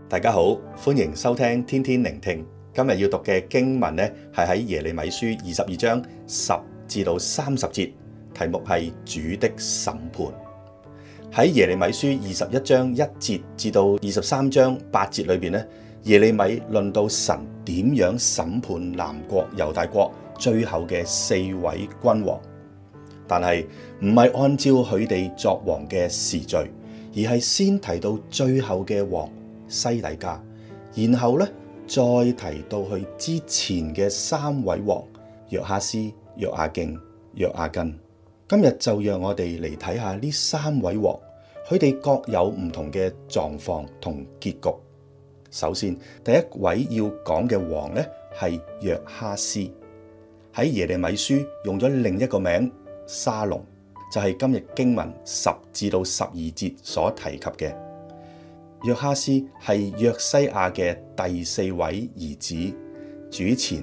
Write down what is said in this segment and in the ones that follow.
大家好，歡迎收聽天天聆聽。今日要讀嘅經文呢，係喺耶利米書22章10至到30節，題目係主的審判。喺耶利米書21章1節至到23章8節裏邊呢，耶利米論到神點樣審判南國猶大國最後嘅4位君王，但係唔係按照佢哋作王嘅時序，而係先提到最後嘅王西底家，然後咧再提到佢之前嘅3位王約哈斯、約雅敬、約雅斤。今日就讓我哋嚟睇下呢3位王，佢哋各有唔同嘅狀況同結局。首先，第一位要講嘅王咧係約哈斯，喺耶利米書用咗另一個名沙龍，就係今日經文10至到12節所提及嘅。約哈斯係約西亞嘅第4位兒子，主前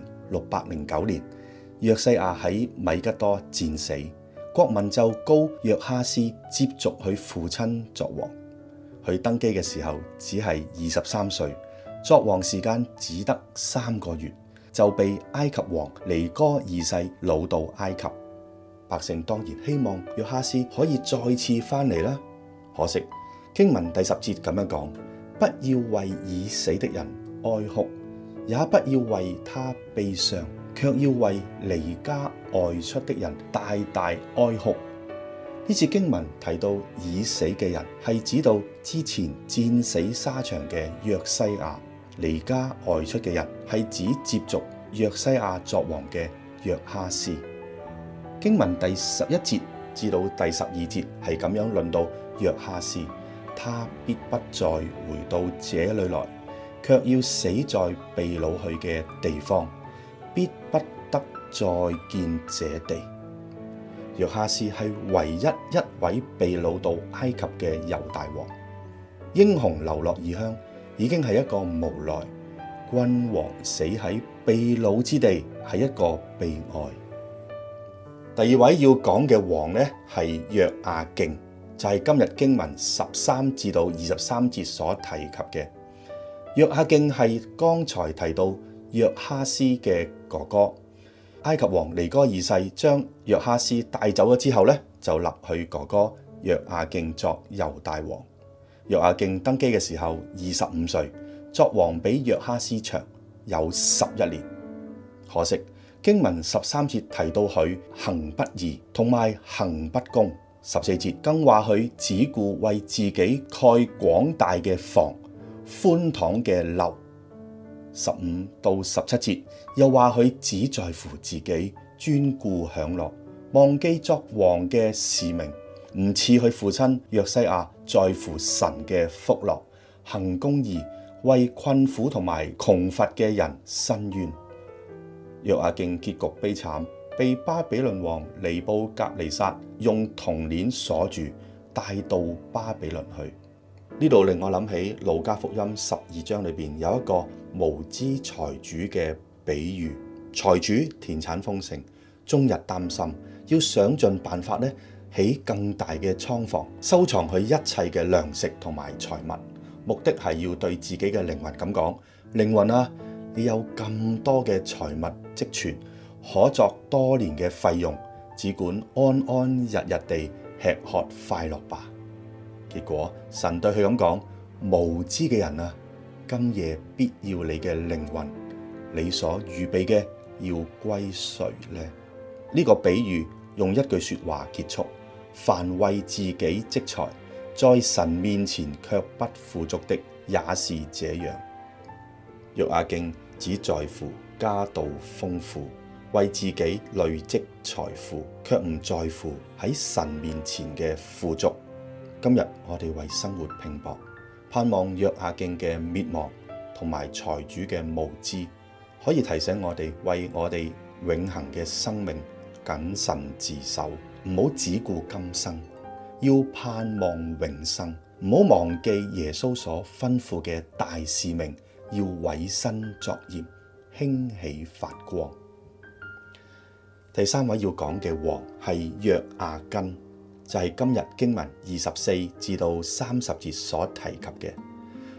609年，約西亞喺米吉多戰死，國民就膏約哈斯接續佢父親作王。佢登基嘅時候只係23歲，作王時間只得3個月，就被埃及王尼哥二世擄到埃及。百姓當然希望約哈斯可以再次翻嚟啦，可惜經文第10節咁樣講：不要為已死的人哀哭，也不要為他悲傷，卻要為離家外出的人大大哀哭。呢次經文提到已死嘅人，係指到之前戰死沙場嘅約西亞；離家外出嘅人係指接續約西亞作王嘅約哈斯。經文第11節至到第12節係咁樣論到約哈斯。他必不再回到這裏來，卻要死在被擄去嘅地方，必不得再見這地。約哈斯係唯一一位被擄到埃及嘅猶大王，英雄流落異鄉已經係一個無奈，君王死喺被擄之地係一個悲哀。第二位要講嘅王呢，係約雅敬，就係今日經文13至到23節所提及嘅。約雅敬係剛才提到約哈斯嘅哥哥。埃及王尼哥二世將約哈斯帶走咗之後呢，就立佢哥哥約雅敬作猶大王。約雅敬登基嘅時候25歲，作王比約哈斯長有11年。可惜經文13節提到佢行不義同埋行不公。14節更話佢只顧為自己蓋廣大嘅房、寬敞嘅樓。15到17節又話佢只在乎自己，專顧享樂，忘記作王嘅使命，唔似佢父親約西亞在乎神嘅福樂，行公義，為困苦同埋窮乏嘅人伸冤。約雅敬結局悲慘，被巴比倫王尼布甲尼撒用銅鏈鎖住，帶到巴比倫去。呢度令我諗起路加福音12章裏邊有一個無知財主嘅比喻。財主田產豐盛，終日擔心要想盡辦法咧起更大嘅倉房，收藏佢一切嘅糧食同埋財物，目的係要對自己嘅靈魂咁講：靈魂啊，你有咁多嘅財物積存，可作多年嘅費用，只管安安逸逸地吃喝快樂吧。結果神對佢咁講：無知嘅人啊，今夜必要你嘅靈魂，你所預備嘅要歸誰呢？呢個比喻用一句說話結束：凡為自己積財，在神面前卻不富足的，也是這樣。約雅敬只在乎家道豐富，為自己累積財富，卻唔在乎喺神面前嘅富足。今日我哋為生活拼搏，盼望約雅敬嘅滅亡同埋財主嘅無知，可以提醒我哋為我哋永恆嘅生命謹慎自守，唔好只顧今生，要盼望永生。唔好忘記耶穌所吩咐嘅大使命，要委身作鹽，興起發光。第三位要講嘅王係約雅斤，就係今日經文24至到30節所提及嘅。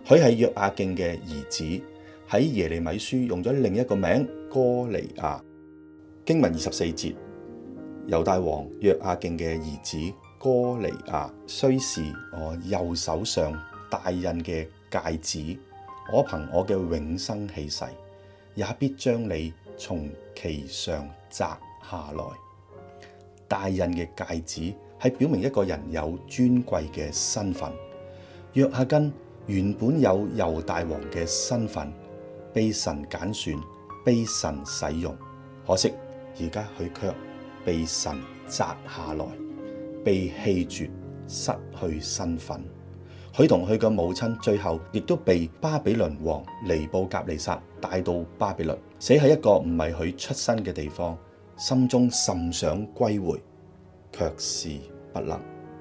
佢係約雅敬嘅兒子，喺耶利米書用咗另一個名哥尼雅。經文24節，猶大王約雅敬嘅兒子哥尼雅，雖是我右手上戴印嘅戒指，我憑我嘅永生起誓，也必將你從其上摘下來。戴印嘅戒指係表明一個人有尊貴嘅身份。約雅斤原本有猶大王嘅身份，被神揀選，被神使用。可惜而家佢卻被神摘下來，被棄絕，失去身份。佢同佢嘅母親最後亦都被巴比倫王尼布甲尼撒帶到巴比倫，死喺一個唔係佢出生嘅地方，心中甚想歸回，卻是不能。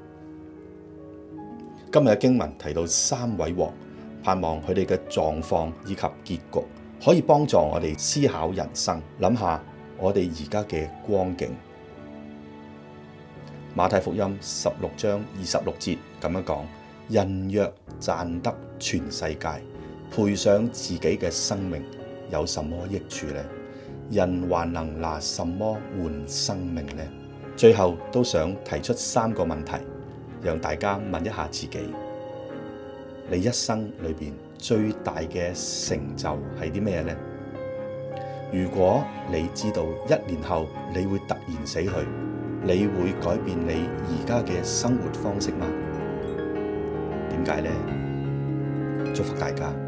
今日嘅經文提到3位王，盼望佢哋嘅狀況以及結局可以幫助我哋思考人生，諗下我哋而家嘅光景。馬太福音16章26節咁樣講：人若賺得全世界，賠上自己嘅生命，有什麼益處呢？人還能拿什麼換生命呢？最後都想提出3個問題，讓大家問一下自己：你一生裏邊最大嘅成就係啲咩呢？如果你知道1年後你會突然死去，你會改變你而家嘅生活方式嗎？點解呢？祝福大家。